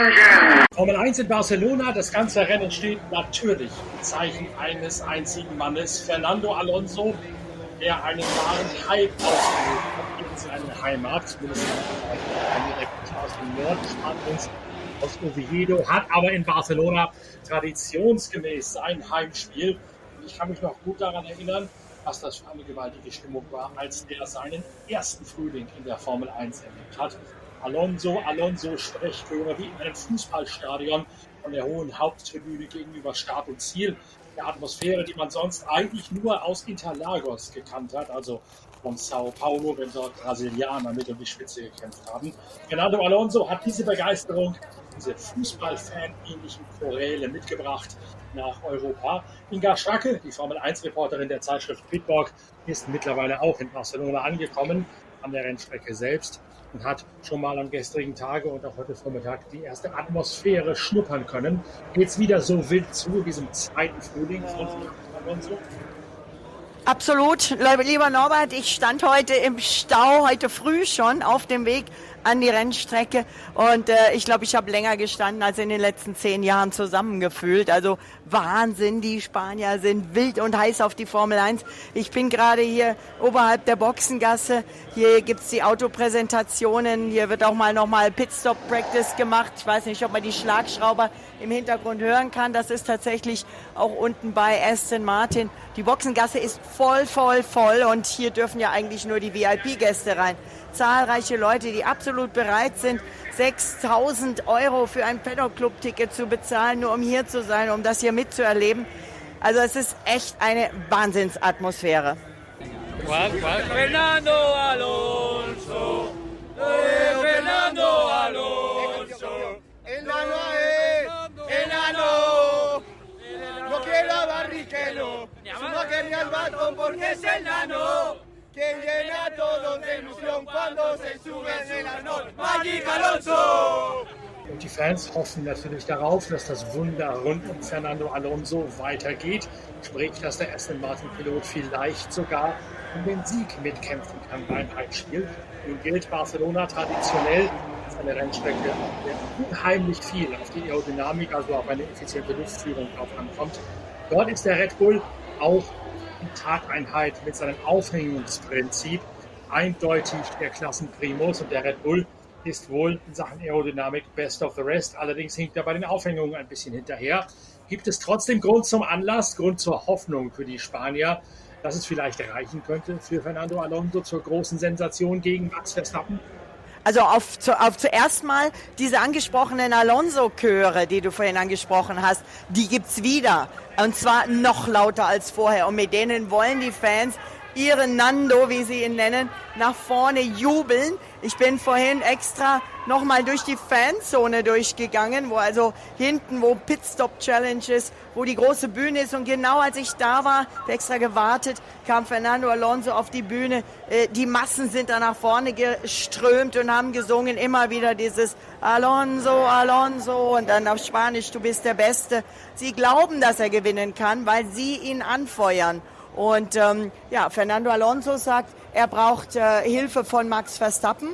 Formel 1 in Barcelona, das ganze Rennen steht natürlich im Zeichen eines einzigen Mannes, Fernando Alonso, der einen wahren Hype ausgelöst hat in seine Heimat, zumindest direkt aus dem Norden Spaniens, aus Oviedo, hat aber in Barcelona traditionsgemäß sein Heimspiel. Und ich kann mich noch gut daran erinnern, was das für eine gewaltige Stimmung war, als er seinen ersten Frühling in der Formel 1 erlebt hat. Alonso, Sprechchöre wie in einem Fußballstadion von der hohen Haupttribüne gegenüber Start und Ziel. Der Atmosphäre, die man sonst eigentlich nur aus Interlagos gekannt hat, also von Sao Paulo, wenn dort Brasilianer mit um die Spitze gekämpft haben. Fernando Alonso hat diese Begeisterung, diese Fußballfan-ähnlichen Choräle mitgebracht nach Europa. Inga Stracke, die Formel-1-Reporterin der Zeitschrift Pitwalk, ist mittlerweile auch in Barcelona angekommen, an der Rennstrecke selbst, und hat schon mal am gestrigen Tage und auch heute Vormittag die erste Atmosphäre schnuppern können. Geht's wieder so wild zu, diesem zweiten Frühling von Alonso? Absolut, lieber Norbert, ich stand heute im Stau, heute früh schon auf dem Weg an die Rennstrecke und ich glaube, ich habe länger gestanden als in den letzten 10 Jahren zusammengefühlt. Also Wahnsinn, die Spanier sind wild und heiß auf die Formel 1. Ich bin gerade hier oberhalb der Boxengasse. Hier gibt's die Autopräsentationen. Hier wird auch mal nochmal Pitstop-Practice gemacht. Ich weiß nicht, ob man die Schlagschrauber im Hintergrund hören kann. Das ist tatsächlich auch unten bei Aston Martin. Die Boxengasse ist voll und hier dürfen ja eigentlich nur die VIP-Gäste rein. Zahlreiche Leute, die absolut bereit sind, 6.000 € für ein Paddock-Club-Ticket zu bezahlen, nur um hier zu sein, um das hier mitzuerleben. Also es ist echt eine Wahnsinnsatmosphäre. Fernando Alonso, Fernando Alonso, enano, no quiero Barrichello, no quería el batón porque es enano. Que llena todo de ilusión cuando se sube en el Arnold. Magic Alonso! Und die Fans hoffen natürlich darauf, dass das Wunder rund um Fernando Alonso weitergeht. Sprich, dass der Aston Martin-Pilot vielleicht sogar um den Sieg mitkämpfen kann beim Heimspiel. Nun gilt Barcelona traditionell als eine Rennstrecke, auf der unheimlich viel auf die Aerodynamik, also auf eine effiziente Luftführung drauf ankommt. Dort ist der Red Bull auch in Tateinheit mit seinem Aufhängungsprinzip eindeutig der Klassenprimus, und der Red Bull ist wohl in Sachen Aerodynamik best of the rest. Allerdings hinkt er bei den Aufhängungen ein bisschen hinterher. Gibt es trotzdem Grund zum Anlass, Grund zur Hoffnung für die Spanier, dass es vielleicht reichen könnte für Fernando Alonso zur großen Sensation gegen Max Verstappen? Also auf zuerst mal diese angesprochenen Alonso-Chöre, die du vorhin angesprochen hast, die gibt's wieder. Und zwar noch lauter als vorher. Und mit denen wollen die Fans ihren Nando, wie sie ihn nennen, nach vorne jubeln. Ich bin vorhin extra nochmal durch die Fanzone durchgegangen, wo also hinten, wo Pitstop Challenge ist, wo die große Bühne ist. Und genau als ich da war, extra gewartet, kam Fernando Alonso auf die Bühne. Die Massen sind da nach vorne geströmt und haben gesungen immer wieder dieses Alonso, Alonso und dann auf Spanisch, du bist der Beste. Sie glauben, dass er gewinnen kann, weil sie ihn anfeuern. Und Fernando Alonso sagt, er braucht Hilfe von Max Verstappen,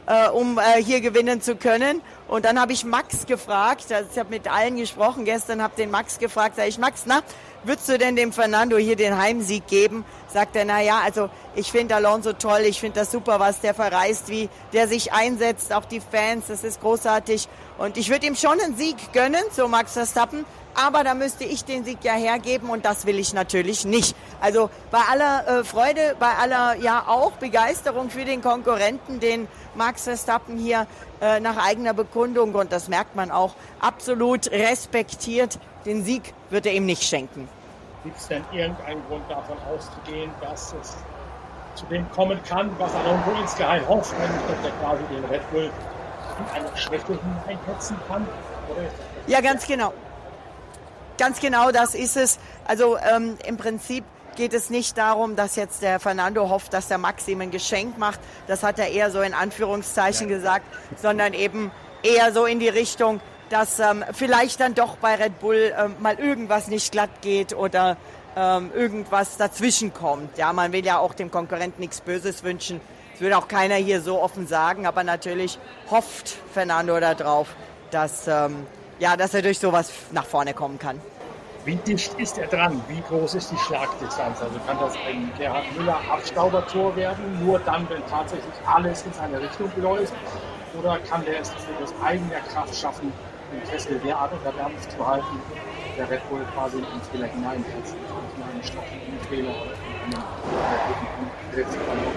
um hier gewinnen zu können. Und dann habe ich Max gefragt, also ich habe mit allen gesprochen gestern, habe den Max gefragt, sage ich, Max, würdest du denn dem Fernando hier den Heimsieg geben? Sagt er, also ich finde Alonso toll, ich finde das super, was der verreist, wie der sich einsetzt, auch die Fans, das ist großartig. Und ich würde ihm schon einen Sieg gönnen, so Max Verstappen, aber da müsste ich den Sieg ja hergeben und das will ich natürlich nicht. Also bei aller Freude, bei aller auch Begeisterung für den Konkurrenten, den Max Verstappen hier nach eigener Bekundung, und das merkt man auch, absolut respektiert, den Sieg wird er ihm nicht schenken. Gibt es denn irgendeinen Grund davon auszugehen, dass es zu dem kommen kann, was Alonso insgeheim hofft, nämlich dass er quasi den Red Bull in einer Schwäche einhetzen kann? Ja, ganz genau. Ganz genau, das ist es. Also im Prinzip geht es nicht darum, dass jetzt der Fernando hofft, dass der Max ihm ein Geschenk macht. Das hat er eher so in Anführungszeichen gesagt, sondern eben eher so in die Richtung, dass vielleicht dann doch bei Red Bull mal irgendwas nicht glatt geht oder irgendwas dazwischen kommt. Ja, man will ja auch dem Konkurrenten nichts Böses wünschen. Das würde auch keiner hier so offen sagen, aber natürlich hofft Fernando da drauf, dass er durch sowas nach vorne kommen kann. Wie dicht ist er dran? Wie groß ist die Schlagdistanz? Also kann das ein Gerhard Müller Abstaubertor werden, nur dann, wenn tatsächlich alles in seine Richtung läuft? Oder kann der es durch eigene Kraft schaffen, den Kessel derart unter Dampf zu halten, der Red Bull quasi in den Fehler hineinplatzt? Nicht einen stockenden Fehler oder einen Griff.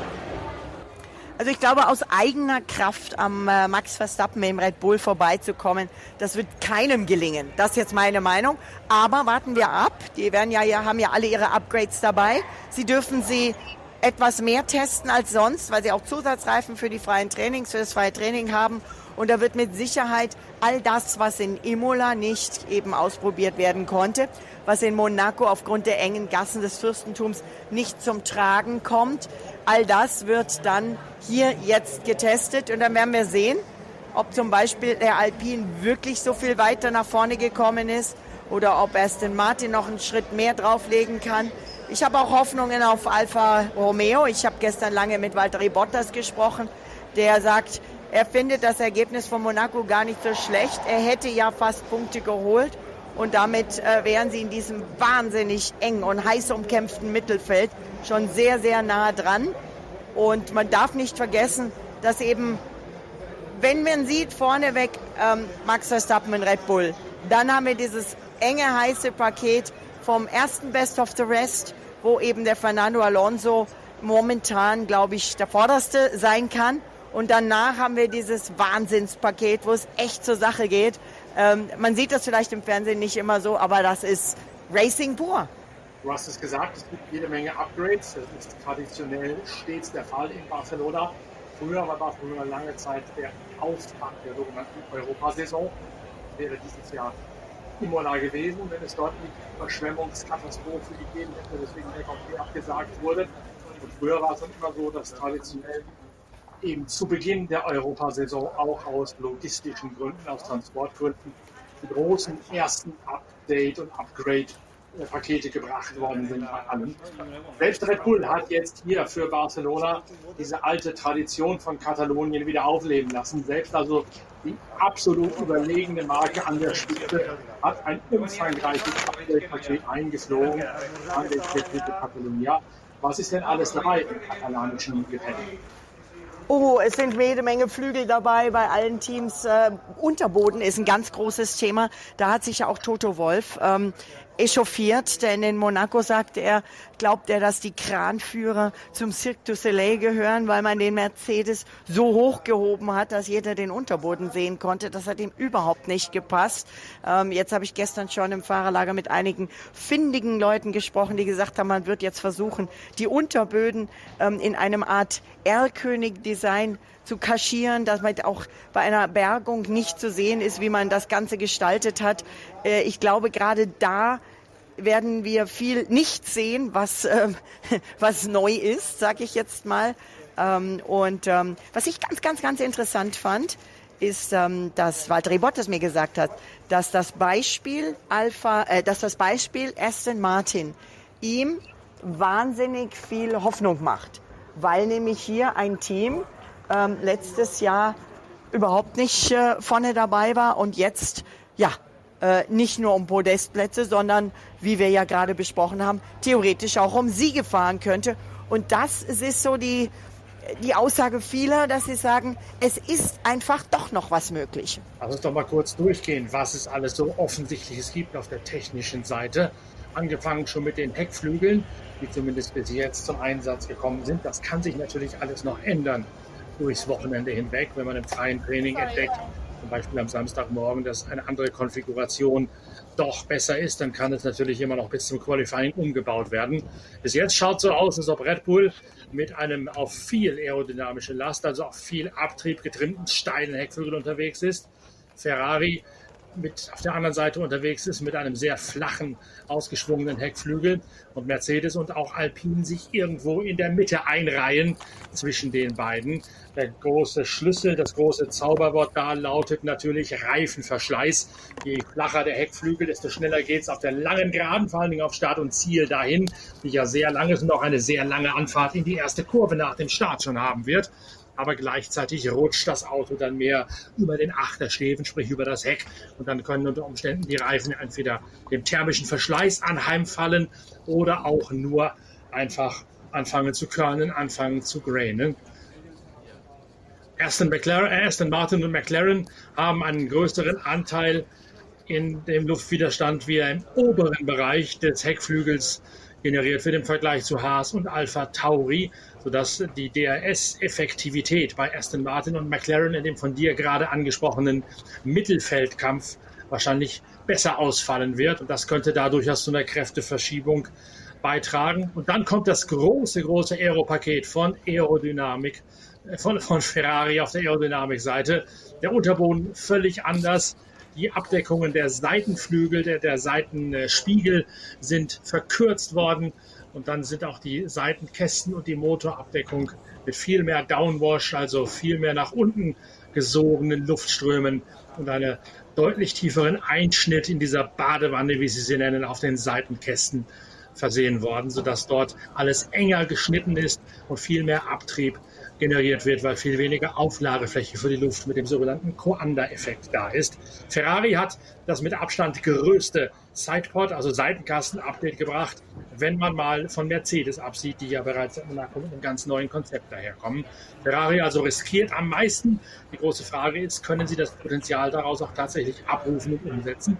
Also ich glaube, aus eigener Kraft am Max Verstappen im Red Bull vorbeizukommen, das wird keinem gelingen. Das ist jetzt meine Meinung. Aber warten wir ab. Die haben ja alle ihre Upgrades dabei. Sie dürfen sie etwas mehr testen als sonst, weil sie auch Zusatzreifen für das freie Training haben. Und da wird mit Sicherheit all das, was in Imola nicht eben ausprobiert werden konnte, was in Monaco aufgrund der engen Gassen des Fürstentums nicht zum Tragen kommt, all das wird dann hier jetzt getestet. Und dann werden wir sehen, ob zum Beispiel der Alpine wirklich so viel weiter nach vorne gekommen ist oder ob Aston Martin noch einen Schritt mehr drauflegen kann. Ich habe auch Hoffnungen auf Alfa Romeo. Ich habe gestern lange mit Valtteri Bottas gesprochen, der sagt, er findet das Ergebnis von Monaco gar nicht so schlecht. Er hätte ja fast Punkte geholt und damit wären sie in diesem wahnsinnig eng und heiß umkämpften Mittelfeld schon sehr, sehr nah dran. Und man darf nicht vergessen, dass eben, wenn man sieht, vorneweg Max Verstappen in Red Bull, dann haben wir dieses enge, heiße Paket vom ersten Best of the Rest, wo eben der Fernando Alonso momentan, glaube ich, der Vorderste sein kann. Und danach haben wir dieses Wahnsinnspaket, wo es echt zur Sache geht. Man sieht das vielleicht im Fernsehen nicht immer so, aber das ist Racing pur. Du hast es gesagt, es gibt jede Menge Upgrades. Das ist traditionell stets der Fall in Barcelona. Früher war Barcelona lange Zeit der Auftakt der sogenannten Europasaison. Wäre dieses Jahr Imola gewesen, wenn es dort nicht Überschwemmungskatastrophe gegeben hätte, deswegen der Grand abgesagt wurde. Und früher war es dann immer so, dass traditionell eben zu Beginn der Europasaison auch aus logistischen Gründen, aus Transportgründen, die großen ersten Update- und Upgrade-Pakete gebracht worden sind bei allen. Selbst Red Bull hat jetzt hier für Barcelona diese alte Tradition von Katalonien wieder aufleben lassen. Selbst also die absolut überlegene Marke an der Spitze hat ein umfangreiches Update-Paket eingeflogen an den Circuit de Catalunya. Was ist denn alles dabei im katalanischen Gepäck? Oh, es sind jede Menge Flügel dabei bei allen Teams. Unterboden ist ein ganz großes Thema. Da hat sich ja auch Toto Wolff echauffiert, denn in Monaco glaubt er, dass die Kranführer zum Cirque du Soleil gehören, weil man den Mercedes so hochgehoben hat, dass jeder den Unterboden sehen konnte. Das hat ihm überhaupt nicht gepasst. Jetzt habe ich gestern schon im Fahrerlager mit einigen findigen Leuten gesprochen, die gesagt haben, man wird jetzt versuchen, die Unterböden in einem Art Erlkönig-Design zu kaschieren, damit auch bei einer Bergung nicht zu sehen ist, wie man das Ganze gestaltet hat. Ich glaube, gerade da werden wir viel nicht sehen, was neu ist, sage ich jetzt mal. Was ich ganz interessant fand, ist, dass Valtteri Bottas mir gesagt hat, dass das Beispiel Aston Martin ihm wahnsinnig viel Hoffnung macht, weil nämlich hier ein Team letztes Jahr überhaupt nicht vorne dabei war und jetzt nicht nur um Podestplätze, sondern, wie wir ja gerade besprochen haben, theoretisch auch um Siege fahren könnte. Und das ist so die Aussage vieler, dass sie sagen, es ist einfach doch noch was möglich. Lass uns doch mal kurz durchgehen, was es alles so Offensichtliches gibt auf der technischen Seite. Angefangen schon mit den Heckflügeln, die zumindest bis jetzt zum Einsatz gekommen sind. Das kann sich natürlich alles noch ändern durchs Wochenende hinweg, wenn man im freien Training entdeckt, zum Beispiel am Samstagmorgen, dass eine andere Konfiguration doch besser ist, dann kann es natürlich immer noch bis zum Qualifying umgebaut werden. Bis jetzt schaut es so aus, als ob Red Bull mit einem auf viel aerodynamische Last, also auf viel Abtrieb getrimmten steilen Heckflügel unterwegs ist. Ferrari mit auf der anderen Seite unterwegs ist mit einem sehr flachen, ausgeschwungenen Heckflügel und Mercedes und auch Alpine sich irgendwo in der Mitte einreihen zwischen den beiden. Der große Schlüssel, das große Zauberwort da lautet natürlich Reifenverschleiß. Je flacher der Heckflügel, desto schneller geht es auf der langen Geraden, vor allen Dingen auf Start und Ziel dahin, die ja sehr lang ist und auch eine sehr lange Anfahrt in die erste Kurve nach dem Start schon haben wird. aber gleichzeitig rutscht das Auto dann mehr über den Achterschläfen, sprich über das Heck. Und dann können unter Umständen die Reifen entweder dem thermischen Verschleiß anheimfallen oder auch nur einfach anfangen zu körnen, anfangen zu grainen. Aston Martin und McLaren haben einen größeren Anteil in dem Luftwiderstand, wie er im oberen Bereich des Heckflügels generiert wird im Vergleich zu Haas und Alpha Tauri, sodass die DRS-Effektivität bei Aston Martin und McLaren in dem von dir gerade angesprochenen Mittelfeldkampf wahrscheinlich besser ausfallen wird. Und das könnte da durchaus zu einer Kräfteverschiebung beitragen. Und dann kommt das große Aeropaket von Aerodynamik, von Ferrari auf der Aerodynamikseite. Der Unterboden völlig anders. Die Abdeckungen der Seitenflügel, der Seitenspiegel sind verkürzt worden. Und dann sind auch die Seitenkästen und die Motorabdeckung mit viel mehr Downwash, also viel mehr nach unten gesogenen Luftströmen und einem deutlich tieferen Einschnitt in dieser Badewanne, wie sie sie nennen, auf den Seitenkästen versehen worden, sodass dort alles enger geschnitten ist und viel mehr Abtrieb generiert wird, weil viel weniger Aufladefläche für die Luft mit dem sogenannten Coanda-Effekt da ist. Ferrari hat das mit Abstand größte Sidepod, also Seitenkasten-Update gebracht, wenn man mal von Mercedes absieht, die ja bereits mit einem ganz neuen Konzept daherkommen. Ferrari also riskiert am meisten. Die große Frage ist, können sie das Potenzial daraus auch tatsächlich abrufen und umsetzen?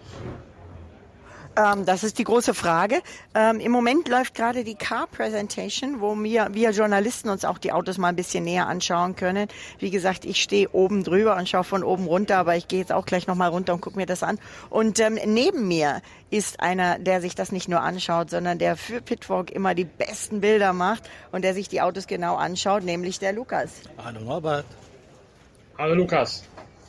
Das ist die große Frage. Im Moment läuft gerade die Car Presentation, wo wir Journalisten uns auch die Autos mal ein bisschen näher anschauen können. Wie gesagt, ich stehe oben drüber und schaue von oben runter, aber ich gehe jetzt auch gleich nochmal runter und gucke mir das an. Und neben mir ist einer, der sich das nicht nur anschaut, sondern der für Pitwalk immer die besten Bilder macht und der sich die Autos genau anschaut, nämlich der Lukas. Hallo Norbert. Hallo Lukas.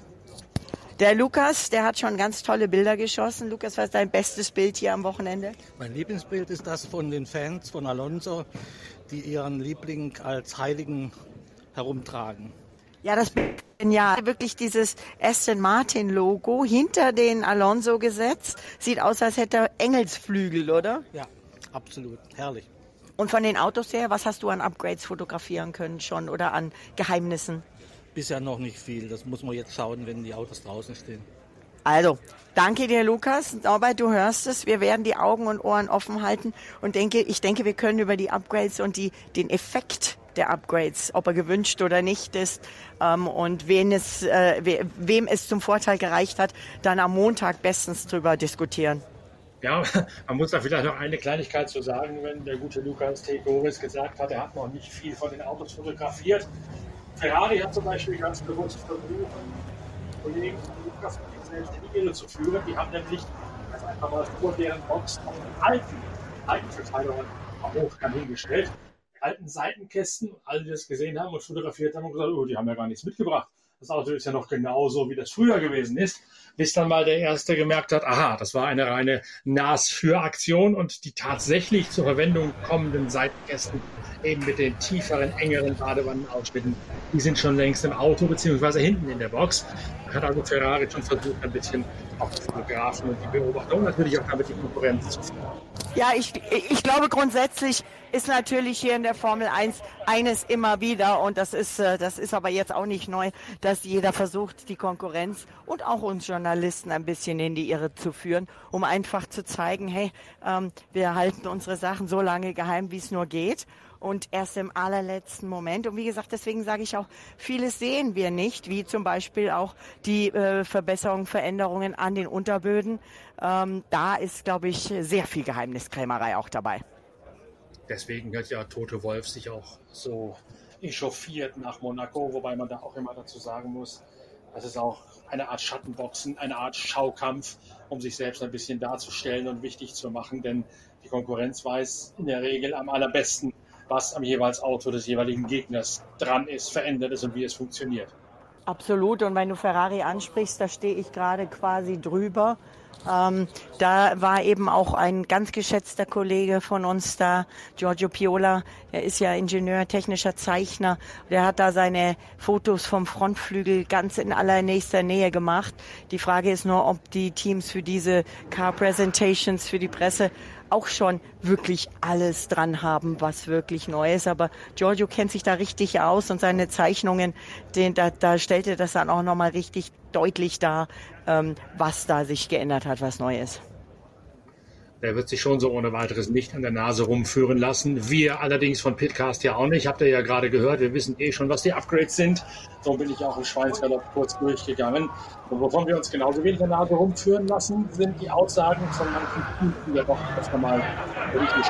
Der Lukas, der hat schon ganz tolle Bilder geschossen. Lukas, was ist dein bestes Bild hier am Wochenende? Mein Lieblingsbild ist das von den Fans von Alonso, die ihren Liebling als Heiligen herumtragen. Ja, das ja wirklich dieses Aston Martin Logo hinter den Alonso gesetzt. Sieht aus, als hätte er Engelsflügel, oder? Ja, absolut. Herrlich. Und von den Autos her, was hast du an Upgrades fotografieren können schon oder an Geheimnissen? Bisher noch nicht viel. Das muss man jetzt schauen, wenn die Autos draußen stehen. Also, danke dir, Lukas. Norbert, du hörst es. Wir werden die Augen und Ohren offen halten und ich denke, wir können über die Upgrades und den Effekt der Upgrades, ob er gewünscht oder nicht ist, und wem es zum Vorteil gereicht hat, dann am Montag bestens drüber diskutieren. Ja, man muss da vielleicht noch eine Kleinigkeit zu sagen, wenn der gute Lukas Tegoris gesagt hat, er hat noch nicht viel von den Autos fotografiert. Ferrari hat zum Beispiel ganz bewusst versucht, Kollegen von Lukas selbst in die Irre zu führen. Die haben nämlich ganz einfach mal vor deren Box auf den alten Seitenverteiler hochkant hingestellt, alten Seitenkästen, alle, die das gesehen haben und fotografiert haben und gesagt, oh, die haben ja gar nichts mitgebracht. Das Auto ist ja noch genauso, wie das früher gewesen ist. Bis dann mal der Erste gemerkt hat, aha, das war eine reine NAS-Für-Aktion und die tatsächlich zur Verwendung kommenden Seitenkästen eben mit den tieferen, engeren Badewannenausschnitten, die sind schon längst im Auto beziehungsweise hinten in der Box. Da hat also Ferrari schon versucht, ein bisschen auch die Fotografen und die Beobachter und natürlich auch damit die Konkurrenz zu führen. Ja, ich glaube, grundsätzlich ist natürlich hier in der Formel 1 eines immer wieder, und das ist aber jetzt auch nicht neu, dass jeder versucht, die Konkurrenz und auch uns Journalisten ein bisschen in die Irre zu führen, um einfach zu zeigen, hey, wir halten unsere Sachen so lange geheim, wie es nur geht. Und erst im allerletzten Moment. Und wie gesagt, deswegen sage ich auch, vieles sehen wir nicht, wie zum Beispiel auch die Verbesserungen, Veränderungen an den Unterböden. Da ist, glaube ich, sehr viel Geheimniskrämerei auch dabei. Deswegen hat ja Toto Wolff sich auch so echauffiert nach Monaco, wobei man da auch immer dazu sagen muss, das ist auch eine Art Schattenboxen, eine Art Schaukampf, um sich selbst ein bisschen darzustellen und wichtig zu machen, denn die Konkurrenz weiß in der Regel am allerbesten, was am jeweils Auto des jeweiligen Gegners dran ist, verändert ist und wie es funktioniert. Absolut. Und wenn du Ferrari ansprichst, da stehe ich gerade quasi drüber. Da war eben auch ein ganz geschätzter Kollege von uns da, Giorgio Piola. Er ist ja Ingenieur, technischer Zeichner. Der hat da seine Fotos vom Frontflügel ganz in allernächster Nähe gemacht. Die Frage ist nur, ob die Teams für diese Car Presentations, für die Presse auch schon wirklich alles dran haben, was wirklich neu ist. Aber Giorgio kennt sich da richtig aus und seine Zeichnungen, da stellt er das dann auch nochmal richtig deutlich dar, was da sich geändert hat, was neu ist. Der wird sich schon so ohne weiteres nicht an der Nase rumführen lassen. Wir allerdings von Pitcast ja auch nicht. Habt ihr ja gerade gehört, wir wissen schon, was die Upgrades sind. So bin ich auch im Schweinsgalopp kurz durchgegangen. Und wovon wir uns genauso wenig an der Nase rumführen lassen, sind die Aussagen von manchen Teams, die ja doch öfter mal richtig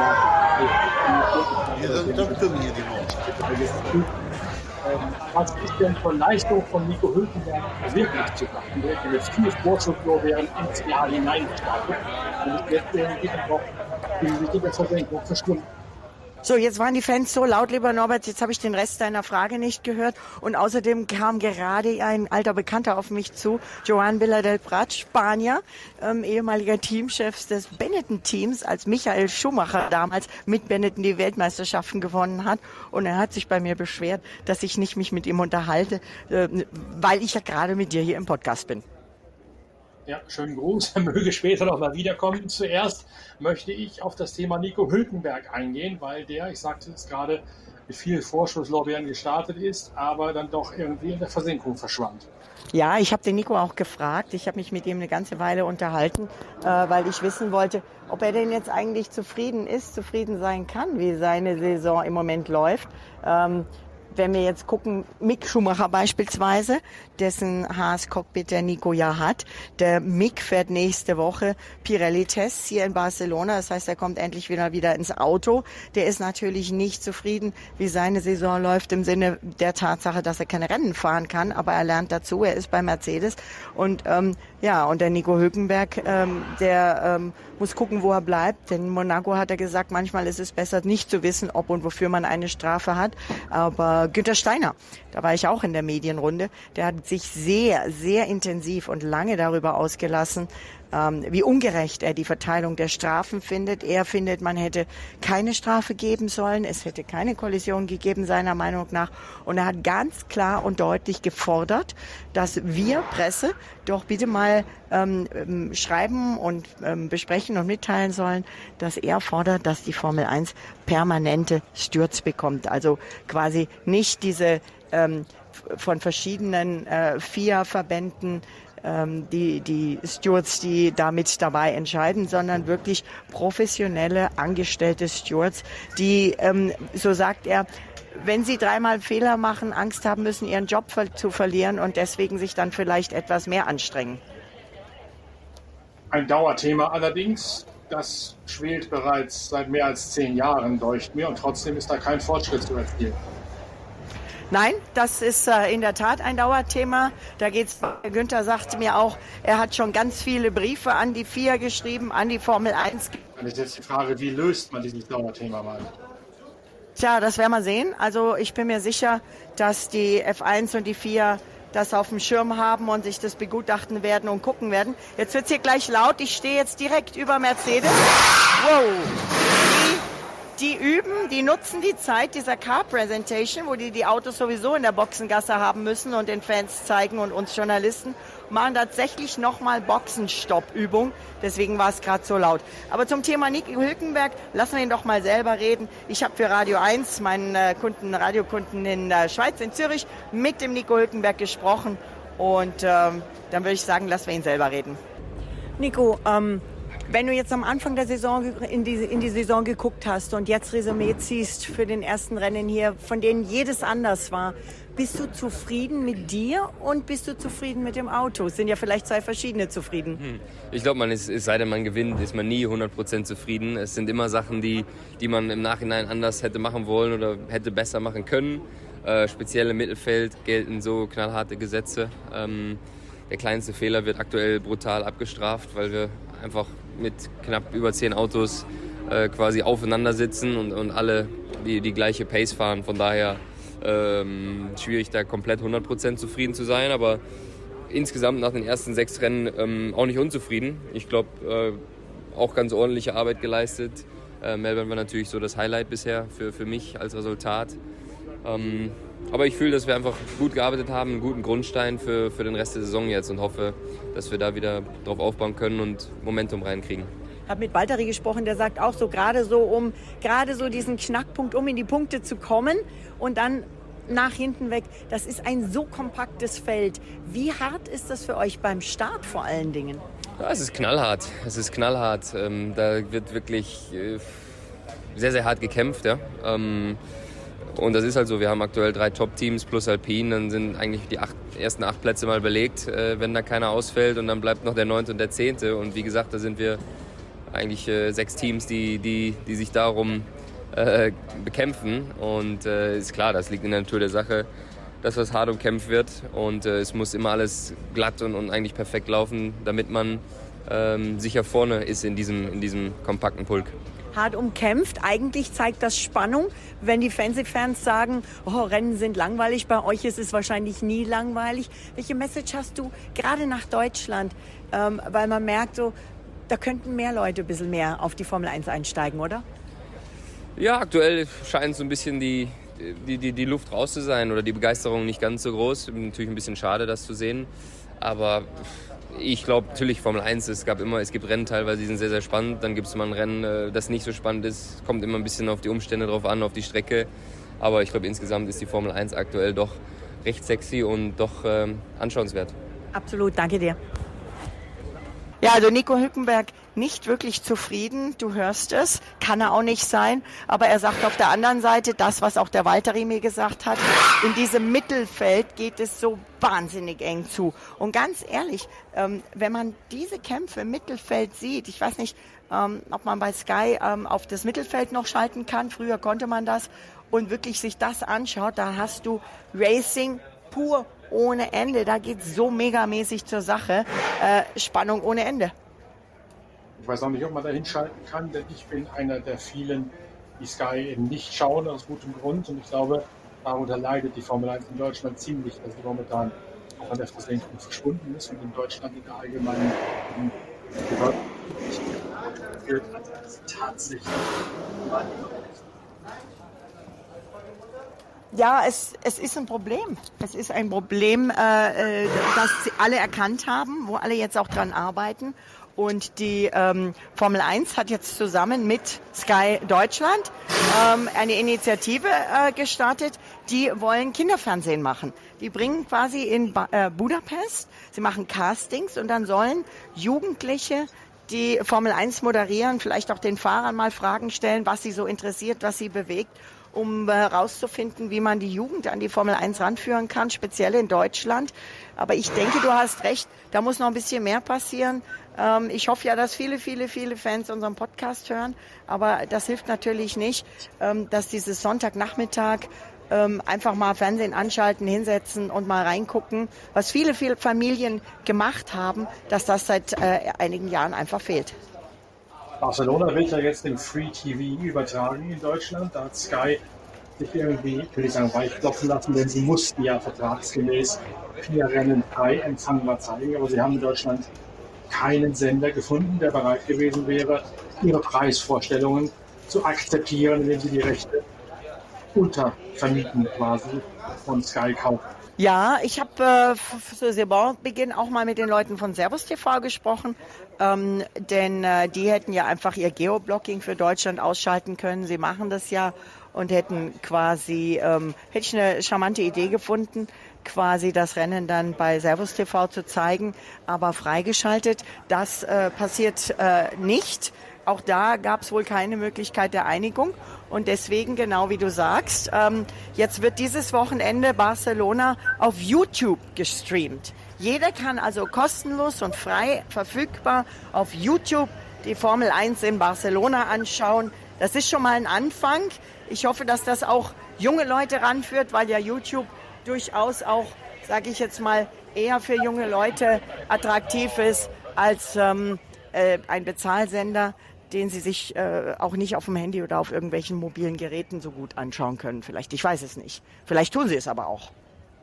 was ist denn von Leistung von Nico Hülkenberg wirklich zu machen? Der hat jetzt viel Vorschusslorbeeren ins Jahr hineingestartet und jetzt geht er doch in der Versenkung verschwunden. So, jetzt waren die Fans so laut, lieber Norbert, jetzt habe ich den Rest deiner Frage nicht gehört. Und außerdem kam gerade ein alter Bekannter auf mich zu, Joan Villa del Prat, Spanier, ehemaliger Teamchef des Benetton-Teams, als Michael Schumacher damals mit Benetton die Weltmeisterschaften gewonnen hat. Und er hat sich bei mir beschwert, dass ich nicht mich mit ihm unterhalte, weil ich ja gerade mit dir hier im Podcast bin. Ja, schönen Gruß. Er möge später noch mal wiederkommen. Zuerst möchte ich auf das Thema Nico Hülkenberg eingehen, weil der, ich sagte es gerade, mit viel Vorschusslorbeeren gestartet ist, aber dann doch irgendwie in der Versenkung verschwand. Ja, ich habe den Nico auch gefragt. Ich habe mich mit ihm eine ganze Weile unterhalten, weil ich wissen wollte, ob er denn jetzt eigentlich zufrieden sein kann, wie seine Saison im Moment läuft. Wenn wir jetzt gucken, Mick Schumacher beispielsweise, dessen Haas-Cockpit der Nico ja hat. Der Mick fährt nächste Woche Pirelli-Tests hier in Barcelona. Das heißt, er kommt endlich wieder ins Auto. Der ist natürlich nicht zufrieden, wie seine Saison läuft, im Sinne der Tatsache, dass er keine Rennen fahren kann. Aber er lernt dazu. Er ist bei Mercedes. Und und der Nico Hülkenberg, der muss gucken, wo er bleibt. Denn in Monaco hat er gesagt, manchmal ist es besser, nicht zu wissen, ob und wofür man eine Strafe hat. Aber Günther Steiner, da war ich auch in der Medienrunde, der hat sich sehr, sehr intensiv und lange darüber ausgelassen, wie ungerecht er die Verteilung der Strafen findet. Er findet, man hätte keine Strafe geben sollen. Es hätte keine Kollision gegeben, seiner Meinung nach. Und er hat ganz klar und deutlich gefordert, dass wir, Presse, doch bitte mal schreiben und besprechen und mitteilen sollen, dass er fordert, dass die Formel 1 permanente Stürze bekommt. Also quasi nicht diese von verschiedenen FIA-Verbänden die Stewards, die damit dabei entscheiden, sondern wirklich professionelle, angestellte Stewards, die, so sagt er, wenn sie 3-mal Fehler machen, Angst haben müssen, ihren Job zu verlieren und deswegen sich dann vielleicht etwas mehr anstrengen. Ein Dauerthema allerdings, das schwelt bereits seit mehr als 10 Jahren, deucht mir, und trotzdem ist da kein Fortschritt zu erzielen. Nein, das ist in der Tat ein Dauerthema. Da geht's. Günther sagte mir auch, er hat schon ganz viele Briefe an die FIA geschrieben, an die Formel 1. Dann ist jetzt die Frage, wie löst man dieses Dauerthema mal? Tja, das werden wir sehen. Also ich bin mir sicher, dass die F1 und die FIA das auf dem Schirm haben und sich das begutachten werden und gucken werden. Jetzt wird's hier gleich laut. Ich stehe jetzt direkt über Mercedes. Wow. Die üben, die nutzen die Zeit dieser Car Presentation, wo die Autos sowieso in der Boxengasse haben müssen und den Fans zeigen und uns Journalisten, machen tatsächlich nochmal Boxenstoppübung. Deswegen war es gerade so laut. Aber zum Thema Nico Hülkenberg, lassen wir ihn doch mal selber reden. Ich habe für Radio 1, meinen Radiokunden in der Schweiz, in Zürich, mit dem Nico Hülkenberg gesprochen. Und dann würde ich sagen, lassen wir ihn selber reden. Nico, wenn du jetzt am Anfang der Saison in die Saison geguckt hast und jetzt Resümee ziehst für den ersten Rennen hier, von denen jedes anders war, bist du zufrieden mit dir und bist du zufrieden mit dem Auto? Es sind ja vielleicht 2 verschiedene zufrieden. Ich glaube, es sei denn, man gewinnt, ist man nie 100% zufrieden. Es sind immer Sachen, die man im Nachhinein anders hätte machen wollen oder hätte besser machen können. Speziell im Mittelfeld gelten so knallharte Gesetze. Der kleinste Fehler wird aktuell brutal abgestraft, weil wir einfach mit knapp über 10 Autos quasi aufeinander sitzen und alle die gleiche Pace fahren. Von daher schwierig, da komplett 100% zufrieden zu sein. Aber insgesamt nach den ersten 6 Rennen auch nicht unzufrieden. Ich glaube, auch ganz ordentliche Arbeit geleistet. Melbourne war natürlich so das Highlight bisher für mich als Resultat. Aber ich fühle, dass wir einfach gut gearbeitet haben, einen guten Grundstein für den Rest der Saison jetzt und hoffe, dass wir da wieder drauf aufbauen können und Momentum reinkriegen. Ich habe mit Valtteri gesprochen, der sagt auch so, gerade so diesen Knackpunkt, um in die Punkte zu kommen und dann nach hinten weg. Das ist ein so kompaktes Feld. Wie hart ist das für euch beim Start vor allen Dingen? Ja, es ist knallhart. Da wird wirklich sehr, sehr hart gekämpft. Ja. Und das ist halt so, wir haben aktuell 3 Top-Teams plus Alpine, dann sind eigentlich die ersten 8 Plätze mal belegt, wenn da keiner ausfällt und dann bleibt noch der 9. und der 10. Und wie gesagt, da sind wir eigentlich 6 Teams, die sich darum bekämpfen und ist klar, das liegt in der Natur der Sache, dass das hart umkämpft wird und es muss immer alles glatt und eigentlich perfekt laufen, damit man sicher vorne ist in diesem kompakten Pulk. Hart umkämpft. Eigentlich zeigt das Spannung, wenn die Fernsehfans sagen, oh, Rennen sind langweilig, bei euch ist es wahrscheinlich nie langweilig. Welche Message hast du gerade nach Deutschland? Weil man merkt, so, da könnten mehr Leute ein bisschen mehr auf die Formel 1 einsteigen, oder? Ja, aktuell scheint so ein bisschen die Luft raus zu sein oder die Begeisterung nicht ganz so groß. Natürlich ein bisschen schade, das zu sehen, aber ich glaube natürlich Formel 1, es gibt Rennen teilweise, die sind sehr, sehr spannend. Dann gibt es mal ein Rennen, das nicht so spannend ist. Kommt immer ein bisschen auf die Umstände drauf an, auf die Strecke. Aber ich glaube insgesamt ist die Formel 1 aktuell doch recht sexy und doch anschauenswert. Absolut, danke dir. Ja, also Nico Hülkenberg nicht wirklich zufrieden, du hörst es, kann er auch nicht sein, aber er sagt auf der anderen Seite das, was auch der Valtteri mir gesagt hat, in diesem Mittelfeld geht es so wahnsinnig eng zu. Und ganz ehrlich, wenn man diese Kämpfe im Mittelfeld sieht, ich weiß nicht, ob man bei Sky auf das Mittelfeld noch schalten kann, früher konnte man das, und wirklich sich das anschaut, da hast du Racing pur ohne Ende, da geht es so megamäßig zur Sache, Spannung ohne Ende. Ich weiß auch nicht, ob man da hinschalten kann, denn ich bin einer der vielen, die Sky eben nicht schauen, aus gutem Grund. Und ich glaube, darunter leidet die Formel 1 in Deutschland ziemlich, dass sie momentan auch an der Versenkung verschwunden ist und in Deutschland in der allgemeinen Debatte gilt als tatsächlich. Ja, es ist ein Problem. Es ist ein Problem, das alle erkannt haben, wo alle jetzt auch dran arbeiten. Und die Formel 1 hat jetzt zusammen mit Sky Deutschland eine Initiative gestartet, die wollen Kinderfernsehen machen. Die bringen quasi in Budapest, sie machen Castings und dann sollen Jugendliche die Formel 1 moderieren, vielleicht auch den Fahrern mal Fragen stellen, was sie so interessiert, was sie bewegt, um herauszufinden, wie man die Jugend an die Formel 1 ranführen kann, speziell in Deutschland. Aber ich denke, du hast recht, da muss noch ein bisschen mehr passieren. Ich hoffe ja, dass viele Fans unseren Podcast hören, aber das hilft natürlich nicht, dass dieses Sonntagnachmittag einfach mal Fernsehen anschalten, hinsetzen und mal reingucken, was viele Familien gemacht haben, dass das seit einigen Jahren einfach fehlt. Barcelona wird ja jetzt im Free TV übertragen in Deutschland. Da hat Sky sich irgendwie, ich will nicht sagen, weichklopfen lassen, denn sie mussten ja vertragsgemäß 4 Rennen frei empfangbar zeigen. Aber sie haben in Deutschland keinen Sender gefunden, der bereit gewesen wäre, ihre Preisvorstellungen zu akzeptieren, indem sie die Rechte untervermieten quasi von Sky kaufen. Ja, ich habe zu Saisonbeginn auch mal mit den Leuten von Servus TV gesprochen, denn die hätten ja einfach ihr Geoblocking für Deutschland ausschalten können. Sie machen das ja und hätten quasi, hätte ich eine charmante Idee gefunden, quasi das Rennen dann bei Servus TV zu zeigen, aber freigeschaltet. Das passiert nicht. Auch da gab es wohl keine Möglichkeit der Einigung. Und deswegen, genau wie du sagst, jetzt wird dieses Wochenende Barcelona auf YouTube gestreamt. Jeder kann also kostenlos und frei verfügbar auf YouTube die Formel 1 in Barcelona anschauen. Das ist schon mal ein Anfang. Ich hoffe, dass das auch junge Leute ranführt, weil ja YouTube durchaus auch, sage ich jetzt mal, eher für junge Leute attraktiv ist als ein Bezahlsender, den sie sich auch nicht auf dem Handy oder auf irgendwelchen mobilen Geräten so gut anschauen können. Vielleicht, ich weiß es nicht. Vielleicht tun sie es aber auch.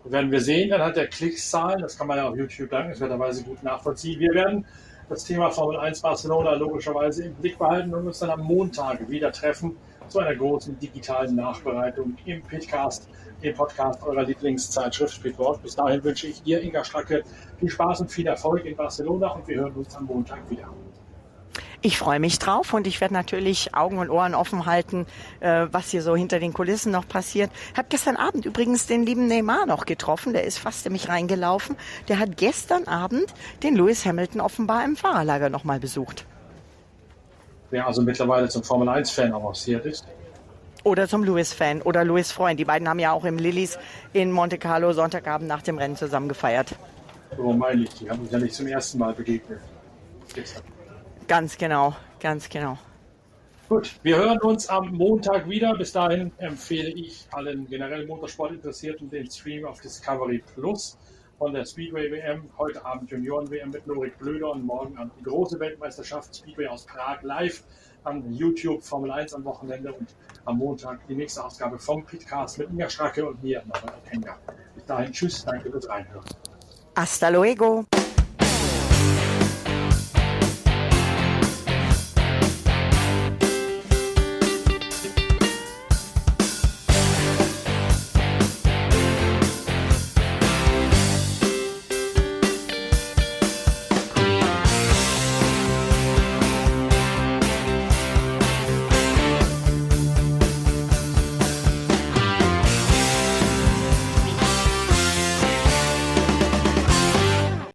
Werden wir sehen, anhand der Klickszahlen, das kann man ja auf YouTube dankenswerterweise gut nachvollziehen. Wir werden das Thema Formel 1 Barcelona logischerweise im Blick behalten und uns dann am Montag wieder treffen zu einer großen digitalen Nachbereitung im Pitcast, dem Podcast eurer Lieblingszeitschrift Pitwalk. Bis dahin wünsche ich dir, Inga Stracke, viel Spaß und viel Erfolg in Barcelona und wir hören uns am Montag wieder. Ich freue mich drauf und ich werde natürlich Augen und Ohren offen halten, was hier so hinter den Kulissen noch passiert. Ich habe gestern Abend übrigens den lieben Neymar noch getroffen, der ist fast in mich reingelaufen. Der hat gestern Abend den Lewis Hamilton offenbar im Fahrerlager nochmal besucht. Der also mittlerweile zum Formel-1-Fan avanciert ist. Oder zum Lewis-Fan oder Lewis-Freund. Die beiden haben ja auch im Lillis in Monte Carlo Sonntagabend nach dem Rennen zusammen gefeiert. So meine ich, die haben uns ja nicht zum ersten Mal begegnet. Gestern. Ganz genau, ganz genau. Gut, wir hören uns am Montag wieder. Bis dahin empfehle ich allen generell Motorsport-Interessierten den Stream auf Discovery Plus von der Speedway WM. Heute Abend Junioren-WM mit Norik Blöder und morgen Abend die große Weltmeisterschaft Speedway aus Prag live an YouTube, Formel 1 am Wochenende und am Montag die nächste Ausgabe vom Pitcast mit Inga Stracke und mir, Norbert Okenga. Bis dahin, tschüss, danke fürs Reinhören. Hasta luego.